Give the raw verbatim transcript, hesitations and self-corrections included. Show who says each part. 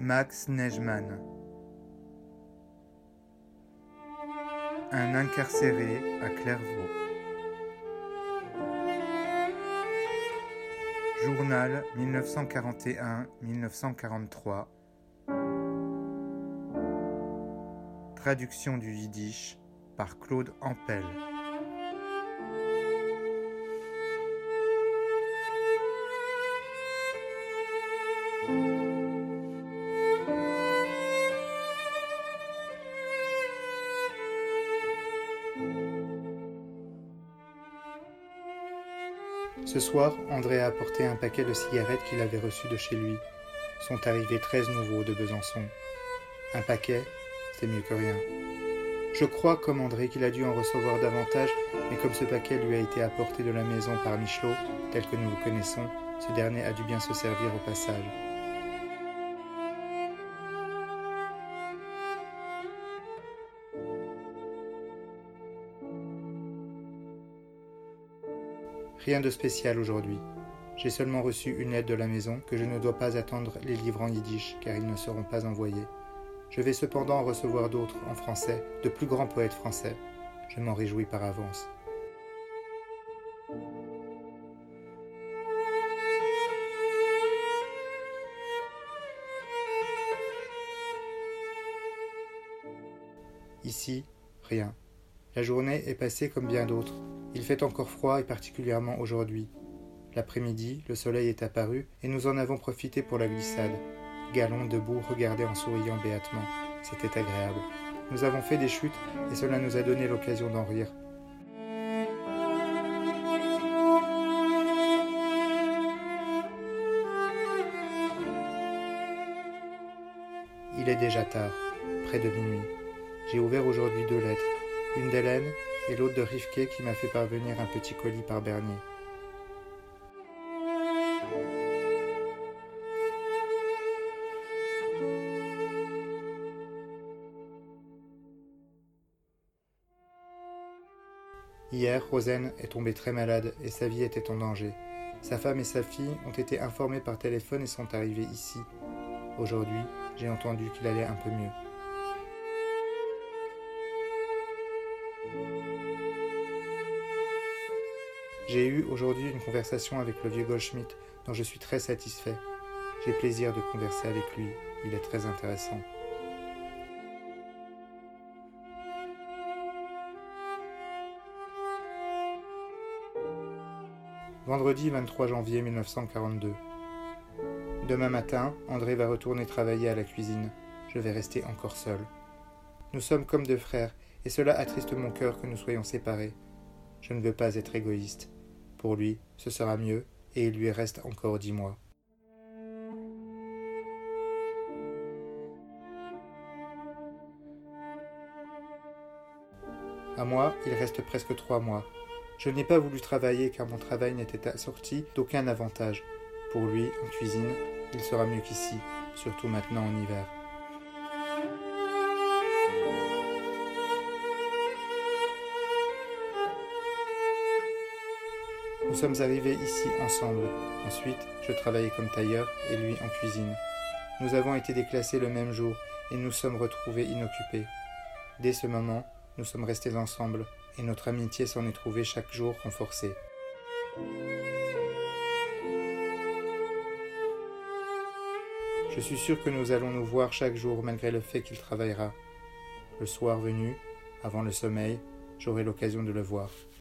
Speaker 1: Max Neigemann. Un incarcéré à Clairvaux. Journal mille neuf cent quarante et un à mille neuf cent quarante-trois. Traduction du yiddish par Claude Ampel. Ce soir, André a apporté un paquet de cigarettes qu'il avait reçu de chez lui. Sont arrivés treize nouveaux de Besançon. Un paquet, c'est mieux que rien. Je crois, comme André, qu'il a dû en recevoir davantage, mais comme ce paquet lui a été apporté de la maison par Michelot, tel que nous le connaissons, ce dernier a dû bien se servir au passage. Rien de spécial aujourd'hui. J'ai seulement reçu une lettre de la maison que je ne dois pas attendre les livres en yiddish, car ils ne seront pas envoyés. Je vais cependant en recevoir d'autres en français, de plus grands poètes français. Je m'en réjouis par avance. Ici, rien. La journée est passée comme bien d'autres. Il fait encore froid et particulièrement aujourd'hui. L'après-midi, le soleil est apparu et nous en avons profité pour la glissade. Galon debout regardait en souriant béatement. C'était agréable. Nous avons fait des chutes et cela nous a donné l'occasion d'en rire. Il est déjà tard, près de minuit. J'ai ouvert aujourd'hui deux lettres, une d'Hélène et l'autre de Rivke qui m'a fait parvenir un petit colis par Bernier. Hier, Rosen est tombée très malade et sa vie était en danger. Sa femme et sa fille ont été informées par téléphone et sont arrivées ici. Aujourd'hui, j'ai entendu qu'il allait un peu mieux. J'ai eu aujourd'hui une conversation avec le vieux Goldschmidt, dont je suis très satisfait. J'ai plaisir de converser avec lui, il est très intéressant. Vendredi vingt-trois janvier mille neuf cent quarante-deux. Demain matin, André va retourner travailler à la cuisine. Je vais rester encore seul. Nous sommes comme deux frères, et cela attriste mon cœur que nous soyons séparés. Je ne veux pas être égoïste. Pour lui, ce sera mieux, et il lui reste encore dix mois. À moi, il reste presque trois mois. Je n'ai pas voulu travailler car mon travail n'était assorti d'aucun avantage. Pour lui, en cuisine, il sera mieux qu'ici, surtout maintenant en hiver. Nous sommes arrivés ici ensemble. Ensuite, je travaillais comme tailleur et lui en cuisine. Nous avons été déclassés le même jour et nous sommes retrouvés inoccupés. Dès ce moment, nous sommes restés ensemble et notre amitié s'en est trouvée chaque jour renforcée. Je suis sûr que nous allons nous voir chaque jour malgré le fait qu'il travaillera. Le soir venu, avant le sommeil, j'aurai l'occasion de le voir.